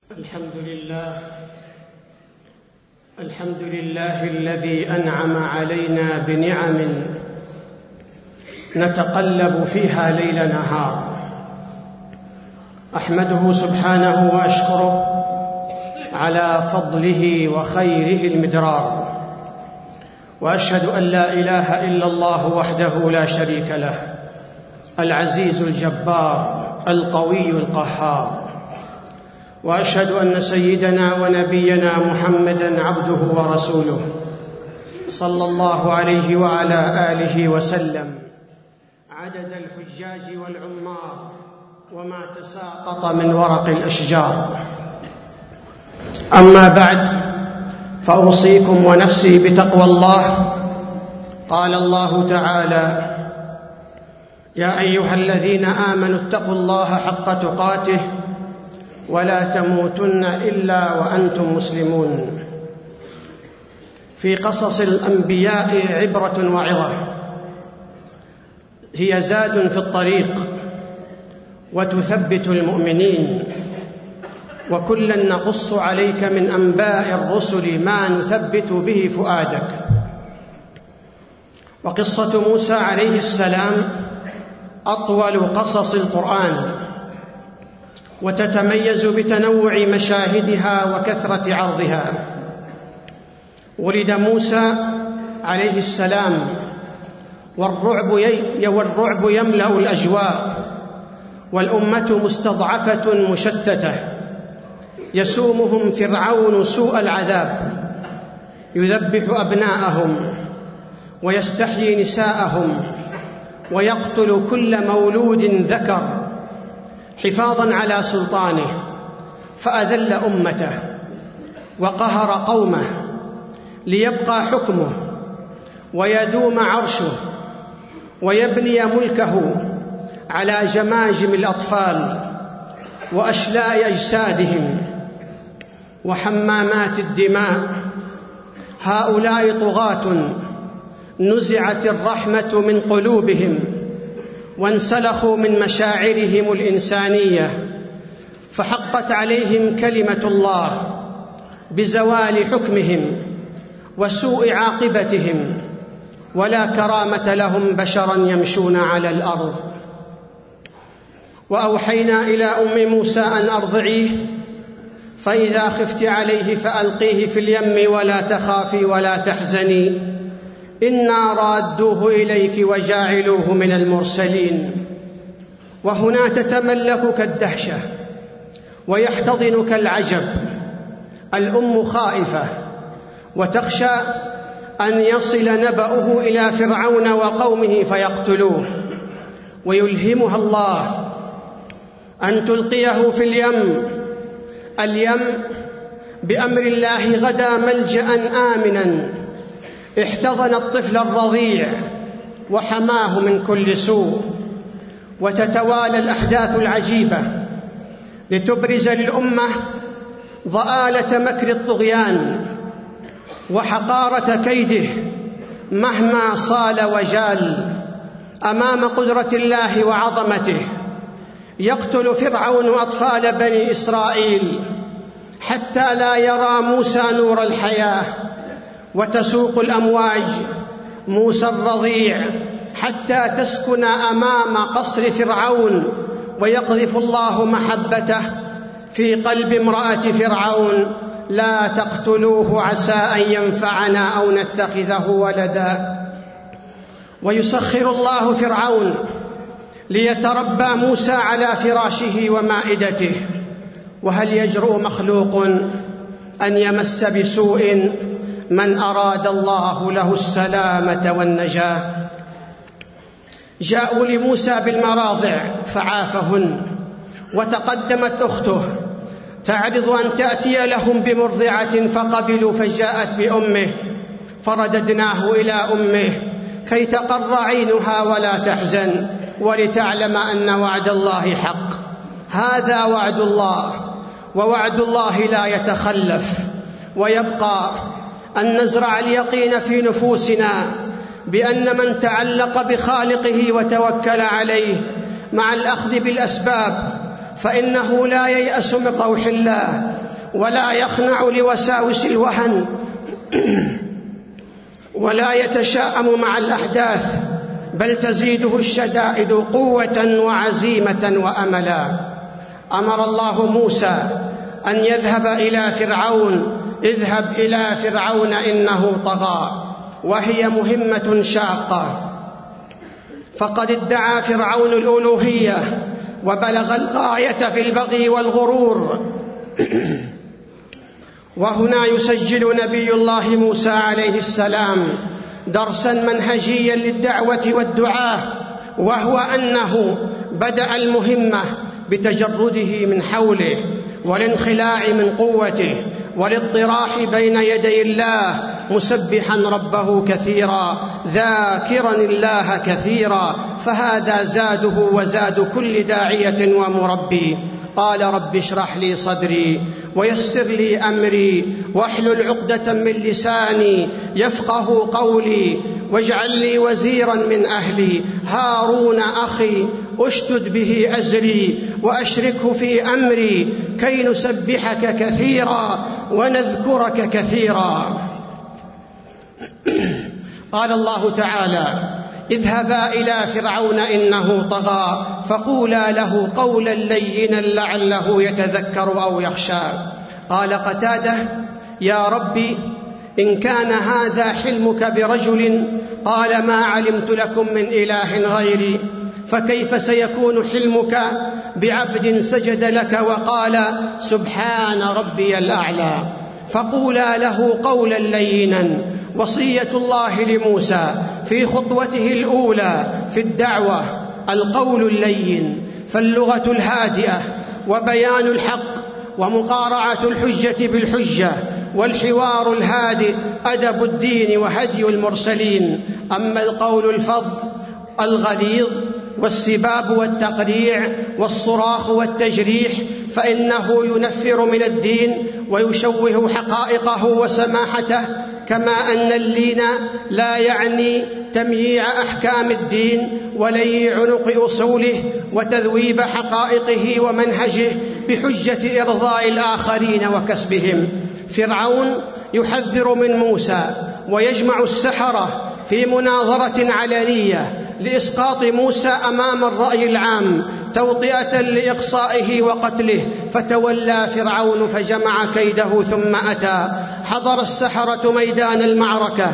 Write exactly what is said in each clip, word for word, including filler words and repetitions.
الحمد لله الحمد لله الذي أنعم علينا بنعم نتقلب فيها ليل نهار. أحمده سبحانه وأشكره على فضله وخيره المدرار، وأشهد أن لا إله إلا الله وحده لا شريك له، العزيز الجبار القوي القهار. وأشهد أن سيدنا ونبينا محمدًا عبده ورسوله صلى الله عليه وعلى آله وسلم عدد الحجاج والعمار وما تساقط من ورق الأشجار. أما بعد، فأوصيكم ونفسي بتقوى الله. قال الله تعالى: يا أيها الذين آمنوا اتقوا الله حق تقاته ولا تموتن إلا وأنتم مسلمون. في قصص الأنبياء عبرة وعظة، هي زاد في الطريق وتثبت المؤمنين، وكلا نقص عليك من أنباء الرسل ما نثبت به فؤادك. وقصة موسى عليه السلام أطول قصص القرآن، وتتميز بتنوع مشاهدها وكثرة عرضها. ولد موسى عليه السلام والرعب, والرعب يملأ الأجواء، والأمة مستضعفة مشتتة، يسومهم فرعون سوء العذاب، يذبح أبناءهم ويستحيي نساءهم ويقتل كل مولود ذكر حفاظاً على سلطانه، فأذل أمته وقهر قومه ليبقى حكمه ويدوم عرشه ويبني ملكه على جماجم الأطفال وأشلاء أجسادهم وحمامات الدماء. هؤلاء طغاة نزعت الرحمة من قلوبهم وانسلخوا من مشاعرهم الإنسانية، فحقت عليهم كلمة الله بزوال حكمهم وسوء عاقبتهم، ولا كرامة لهم بشرا يمشون على الأرض. وأوحينا إلى أم موسى أن أرضعيه، فإذا خفت عليه فألقيه في اليم ولا تخافي ولا تحزني إنا رادوه إليك وجاعلوه من المرسلين. وهنا تتملكك الدهشة ويحتضنك العجب. الأم خائفة وتخشى أن يصل نبأه إلى فرعون وقومه فيقتلوه، ويلهمها الله أن تلقيه في اليم. اليم بأمر الله غدا ملجأ آمناً احتضن الطفل الرضيع وحماه من كل سوء. وتتوالى الأحداث العجيبة لتبرز للأمة ضآلة مكر الطغيان وحقارة كيده مهما صال وجال أمام قدرة الله وعظمته. يقتل فرعون أطفال بني إسرائيل حتى لا يرى موسى نور الحياة، وتسوق الأمواج موسى الرضيع حتى تسكن أمام قصر فرعون، ويقذف الله محبته في قلب امرأة فرعون: لا تقتلوه عسى أن ينفعنا أو نتخذه ولدا. ويسخر الله فرعون ليتربى موسى على فراشه ومائدته. وهل يجرؤ مخلوق أن يمس بسوء من أراد الله له السلامة والنجاة؟ جاءوا لموسى بالمراضع فعافهن، وتقدمت أخته تعرض أن تأتي لهم بمرضعة فقبلوا، فجاءت بأمه فرددناه إلى أمه كي تقر عينها ولا تحزن ولتعلم أن وعد الله حق. هذا وعد الله، ووعد الله لا يتخلف. ويبقى أن نزرع اليقين في نفوسنا بأن من تعلق بخالقه وتوكل عليه مع الأخذ بالأسباب فإنه لا ييأس من روح الله ولا يخنع لوساوس الوهن ولا يتشاءم مع الأحداث، بل تزيده الشدائد قوة وعزيمة وأملا. أمر الله موسى أن يذهب إلى فرعون، اذهب إلى فرعون إنه طغى، وهي مهمة شاقة، فقد ادعى فرعون الألوهية وبلغ الغاية في البغي والغرور. وهنا يسجل نبي الله موسى عليه السلام درسا منهجيا للدعوة والدعاة، وهو أنه بدأ المهمة بتجرده من حوله والانخلاع من قوته والاضطراح بين يدي الله، مسبحا ربه كثيرا ذاكرا الله كثيرا، فهذا زاده وزاد كل داعية ومربي. قال رب اشرح لي صدري ويسر لي أمري واحلل عقدة من لساني يفقه قولي واجعل لي وزيرا من أهلي هارون أخي أشدد به أزري وأشركه في أمري كي نسبحك كثيرا ونذكرك كثيرا. قال الله تعالى: اذهبا إلى فرعون إنه طغى فقولا له قولا لينا لعله يتذكر أو يخشى. قال قتادة: يا ربي إن كان هذا حلمك برجل، قال ما علمت لكم من إله غيري، فكيف سيكون حلمك بعبد سجد لك وقال سبحان ربي الأعلى؟ فقولا له قولا لينا. وصية الله لموسى في خطوته الأولى في الدعوة القول اللين، فاللغة الهادئة وبيان الحق ومقارعة الحجة بالحجة والحوار الهادئ أدب الدين وهدي المرسلين. أما القول الفظ الغليظ والسباب والتقريع والصراخ والتجريح فإنه ينفر من الدين ويشوه حقائقه وسماحته، كما أن اللين لا يعني تمييع أحكام الدين ولي عنق أصوله وتذويب حقائقه ومنهجه بحجة إرضاء الآخرين وكسبهم. فرعون يحذر من موسى ويجمع السحرة في مناظرة علنية لإسقاط موسى أمام الرأي العام توطئة لإقصائه وقتله، فتولى فرعون فجمع كيده ثم أتى. حضر السحرة ميدان المعركة،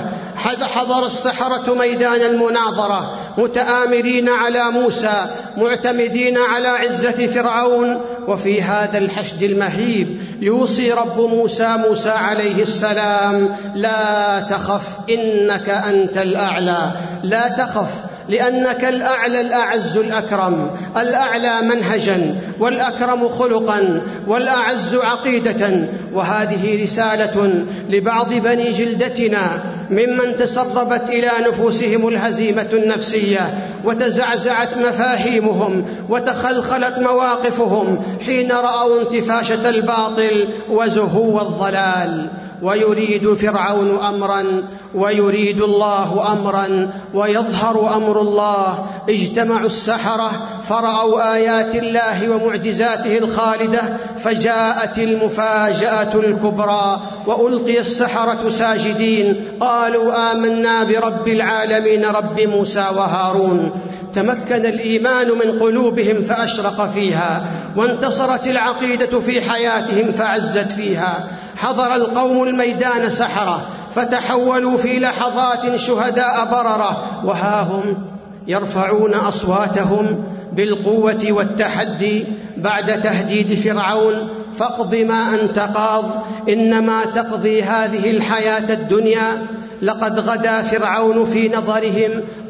حضر السحرة ميدان المناظرة متآمرين على موسى معتمدين على عزة فرعون. وفي هذا الحشد المهيب يوصي رب موسى موسى عليه السلام: لا تخف إنك أنت الأعلى، لا تخف لأنك الأعلى الأعز الأكرم، الأعلى منهجا والأكرم خلقا والأعز عقيدة. وهذه رسالة لبعض بني جلدتنا ممن تسربت إلى نفوسهم الهزيمة النفسية وتزعزعت مفاهيمهم وتخلخلت مواقفهم حين رأوا انتفاشة الباطل وزهو الضلال. ويريد فرعون أمرا ويريد الله أمرا ويظهر أمر الله. اجتمعوا السحرة فرأوا آيات الله ومعجزاته الخالدة، فجاءت المفاجأة الكبرى وألقي السحرة ساجدين قالوا آمنا برب العالمين رب موسى وهارون. تمكن الإيمان من قلوبهم فأشرق فيها، وانتصرت العقيدة في حياتهم فعزت فيها. حضر القوم الميدان سحرة فتحولوا في لحظات شهداء بررة، وها هم يرفعون أصواتهم بالقوة والتحدي بعد تهديد فرعون: فاقض ما أنت قاض إنما تقضي هذه الحياة الدنيا. لقد غدا فرعون في نظرهم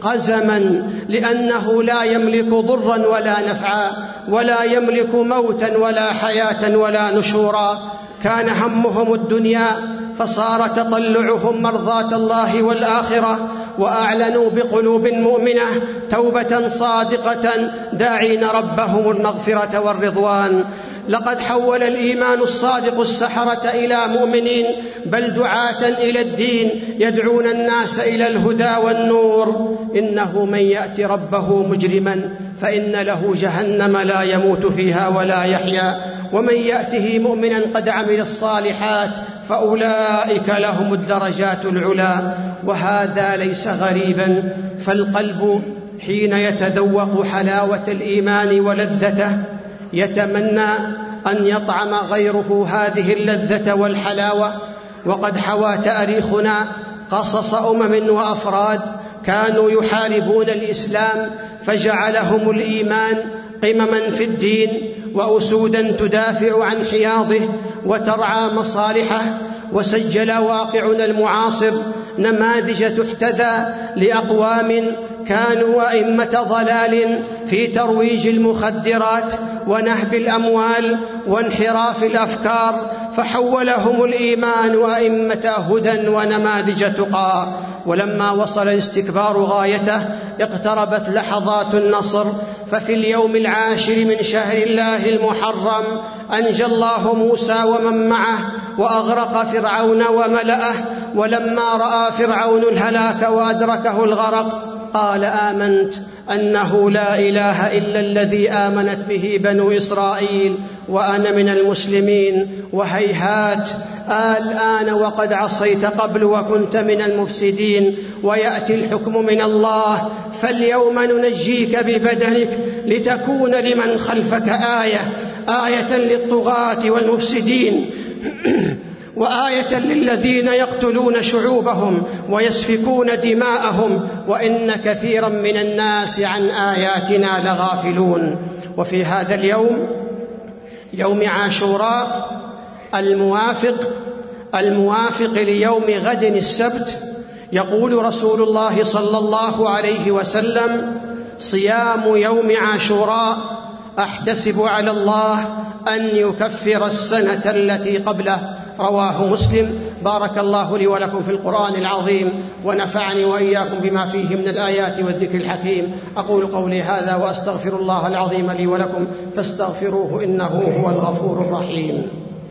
قزما، لأنه لا يملك ضرا ولا نفعا ولا يملك موتا ولا حياة ولا نشورا. كان همهم الدنيا فصار تطلعهم مرضاة الله والآخرة، وأعلنوا بقلوب مؤمنة توبة صادقة داعين ربهم المغفرة والرضوان. لقد حول الإيمان الصادق السحرة إلى مؤمنين، بل دعاة إلى الدين يدعون الناس إلى الهدى والنور. إنه من يأت ربه مجرما فإن له جهنم لا يموت فيها ولا يحيا، ومن يأته مؤمنا قد عمل الصالحات فأولئك لهم الدرجات العلى. وهذا ليس غريبا، فالقلب حين يتذوق حلاوة الإيمان ولذته يتمنى أن يطعم غيره هذه اللذة والحلاوة. وقد حوى تاريخنا قصص أمم وأفراد كانوا يحاربون الإسلام فجعلهم الإيمان قمما في الدين وأسودا تدافع عن حياضه وترعى مصالحه. وسجل واقعنا المعاصر نماذج تحتذى لأقوام كانوا أئمة ضلال في ترويج المخدرات ونهب الأموال وانحراف الأفكار، فحولهم الإيمان أئمة هدى ونماذج تقى. ولما وصل الاستكبار غايته اقتربت لحظات النصر، ففي اليوم العاشر من شهر الله المحرم أنجى الله موسى ومن معه وأغرق فرعون وملأه. ولما رأى فرعون الهلاك وأدركه الغرق قال آمنت أنه لا إله إلا الذي آمنت به بنو إسرائيل وأنا من المسلمين. وهيهات الآن وقد عصيت قبل وكنت من المفسدين، ويأتي الحكم من الله، فاليوم ننجيك ببدنك لتكون لمن خلفك آية آية للطغاة والمفسدين وآية للذين يقتلون شعوبهم ويسفكون دماءهم وإن كثيرا من الناس عن آياتنا لغافلون. وفي هذا اليوم، يوم عاشوراء الموافق الموافق ليوم غد السبت، يقول رسول الله صلى الله عليه وسلم: صيام يوم عاشوراء أحتسب على الله أن يكفر السنة التي قبله. رواه مسلم. بارك الله لي ولكم في القرآن العظيم، ونفعني وإياكم بما فيه من الآيات والذكر الحكيم. أقول قولي هذا وأستغفر الله العظيم لي ولكم فاستغفروه إنه هو الغفور الرحيم.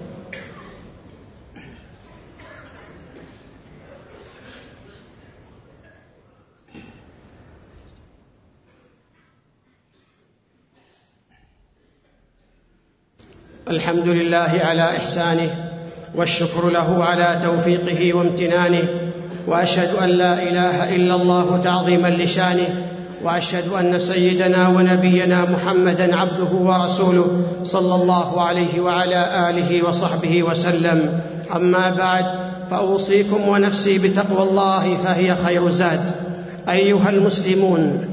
الحمد لله على إحسانه، والشكر له على توفيقه وامتنانه، وأشهد أن لا إله إلا الله تعظيما لشانه، وأشهد أن سيدنا ونبينا محمدًا عبده ورسوله صلى الله عليه وعلى آله وصحبه وسلم. أما بعد، فأوصيكم ونفسي بتقوى الله فهي خير زاد. أيها المسلمون،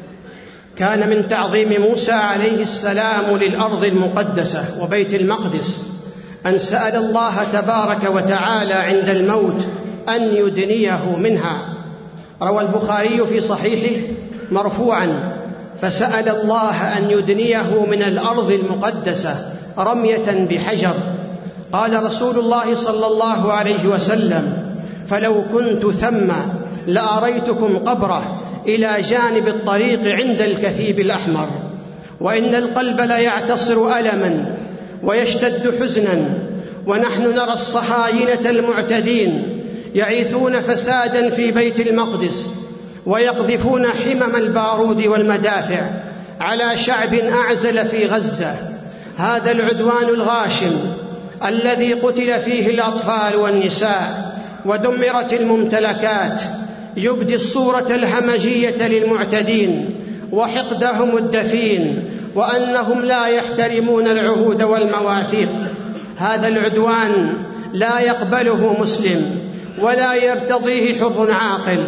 كان من تعظيم موسى عليه السلام للأرض المقدسة وبيت المقدس أن سأل الله تبارك وتعالى عند الموت أن يدنيه منها. روى البخاري في صحيحه مرفوعا: فسأل الله أن يدنيه من الأرض المقدسة رمية بحجر. قال رسول الله صلى الله عليه وسلم: فلو كنت ثم لأريتكم قبره إلى جانب الطريق عند الكثيب الأحمر. وإن القلب ليعتصر ألماً ويشتد حزناً ونحن نرى الصهاينة المعتدين يعيثون فساداً في بيت المقدس ويقذفون حمم البارود والمدافع على شعب أعزل في غزة. هذا العدوان الغاشم الذي قتل فيه الأطفال والنساء ودمرت الممتلكات يبدي الصورة الهمجية للمعتدين وحقدهم الدفين، وأنهم لا يحترمون العهود والمواثيق. هذا العدوان لا يقبله مسلم ولا يرتضيه حر عاقل،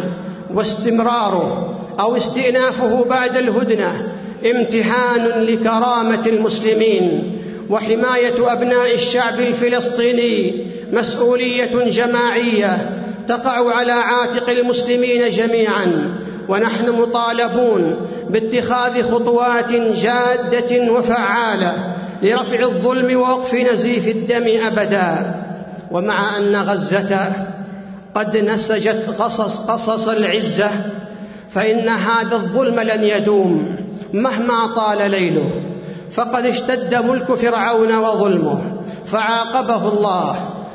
واستمراره أو استئنافه بعد الهدنة امتحان لكرامة المسلمين، وحماية أبناء الشعب الفلسطيني مسؤولية جماعية تقع على عاتق المسلمين جميعاً. ونحن مطالبون باتخاذ خطوات جادة وفعالة لرفع الظلم ووقف نزيف الدم أبداً. ومع أن غزة قد نسجت قصص, قصص العزة، فإن هذا الظلم لن يدوم مهما طال ليله، فقد اشتد ملك فرعون وظلمه فعاقبه الله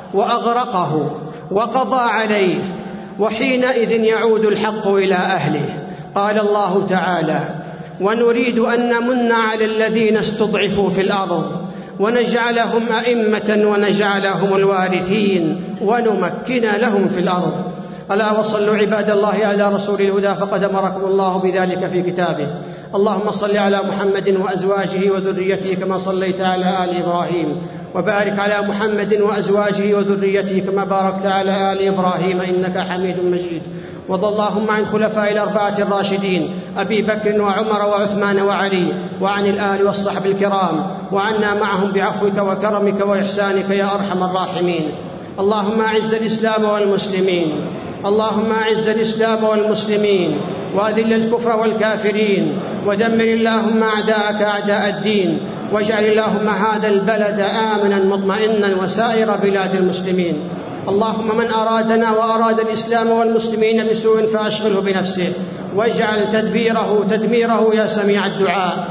وأغرقه وقضى عليه، وحينئذ يعود الحق إلى أهله. قال الله تعالى: ونريد أن نمن على الذين استضعفوا في الأرض ونجعلهم أئمة ونجعلهم الوارثين ونمكن لهم في الأرض. ألا وصلوا عباد الله على رسول الهدى، فقد أمركم الله بذلك في كتابه. اللهم صل على محمد وأزواجه وذريته كما صليت على آل إبراهيم، وبارك على محمد وأزواجه وذريته كما باركت على آل إبراهيم إنك حميد مجيد. وارض اللهم عن خلفاء الأربعة الراشدين أبي بكر وعمر وعثمان وعلي، وعن الآل والصحب الكرام، وعنا معهم بعفوك وكرمك وإحسانك يا أرحم الراحمين. اللهم أعز الإسلام والمسلمين، اللهم أعز الإسلام والمسلمين، وأذل الكفر والكافرين، ودمر اللهم أعداءك أعداء الدين، واجعل اللهم هذا البلد آمنا مطمئنا وسائر بلاد المسلمين. اللهم من أرادنا وأراد الإسلام والمسلمين بسوء فأشغله بنفسه، واجعل تدبيره تدميره يا سميع الدعاء.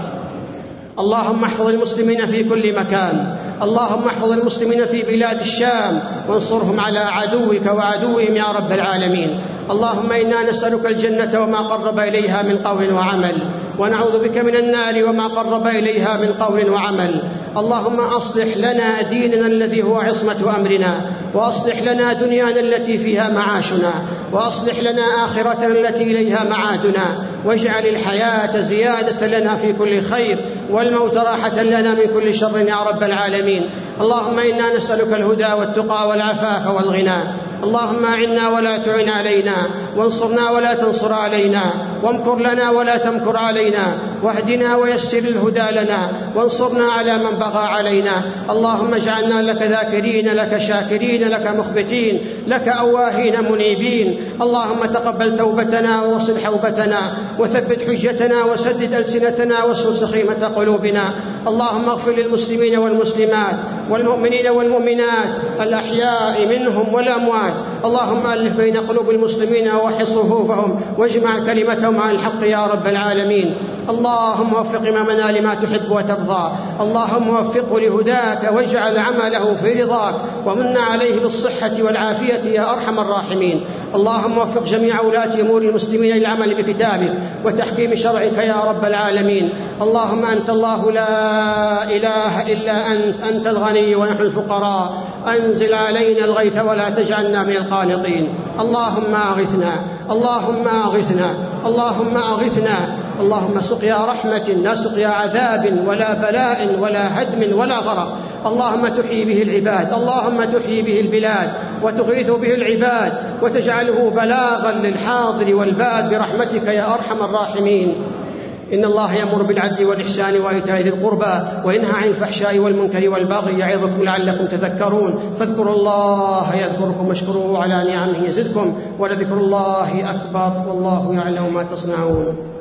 اللهم احفظ المسلمين في كل مكان، اللهم احفظ المسلمين في بلاد الشام وانصرهم على عدوك وعدوهم يا رب العالمين. اللهم إنا نسألك الجنة وما قرب إليها من قول وعمل، ونعوذ بك من النار وما قرب إليها من قول وعمل. اللهم أصلح لنا ديننا الذي هو عصمة أمرنا، وأصلح لنا دنيانا التي فيها معاشنا، وأصلح لنا آخرتنا التي إليها معادنا، واجعل الحياة زيادة لنا في كل خير، والموت راحة لنا من كل شر يا رب العالمين. اللهم إنا نسألك الهدى والتقى والعفاف والغنى. اللهم أعنا ولا تعن علينا، وانصرنا ولا تنصر علينا، وامكر لنا ولا تمكر علينا، واهدنا ويسر الهدى لنا، وانصرنا على من بغى علينا. اللهم اجعلنا لك ذاكرين، لك شاكرين، لك مخبتين، لك أواهين منيبين. اللهم تقبل توبتنا ووصل حوبتنا، وثبت حجتنا، وسدد ألسنتنا، واسلل سخيمة قلوبنا. اللهم اغفر للمسلمين والمسلمات والمؤمنين والمؤمنات الأحياء منهم والأموات. اللهم ألف بين قلوب المسلمين ووحد صفوفهم، واجمع كلمتهم على الحق يا رب العالمين. اللهم وفق إمامنا لما تحب وترضى، اللهم وفقه لهداك، واجعل عمله في رضاك، ومن عليه بالصحة والعافية يا أرحم الراحمين. اللهم وفق جميع ولاة أمور المسلمين للعمل بكتابك وتحكيم شرعك يا رب العالمين. اللهم أنت الله لا إله إلا أنت، أنت الغني ونحن الفقراء. أنزل علينا الغيث ولا تجعلنا من القانطين. اللهم أغثنا، اللهم أغثنا، اللهم أغثنا. اللهم سقيا رحمة لا سقيا عذاب ولا بلاء ولا هدم ولا غرق. اللهم تحيي به العباد، اللهم تحيي به البلاد، وتغيث به العباد، وتجعله بلاغا للحاضر والباد برحمتك يا أرحم الراحمين. إن الله يأمر بالعدل والإحسان وإيتاء ذي القربى، وينهى عن الفحشاء والمنكر والبغي، يعظكم لعلكم تذكرون. فاذكروا الله يذكركم، واشكروه على نعمه يزدكم، ولذكر الله أكبر، والله يعلم ما تصنعون.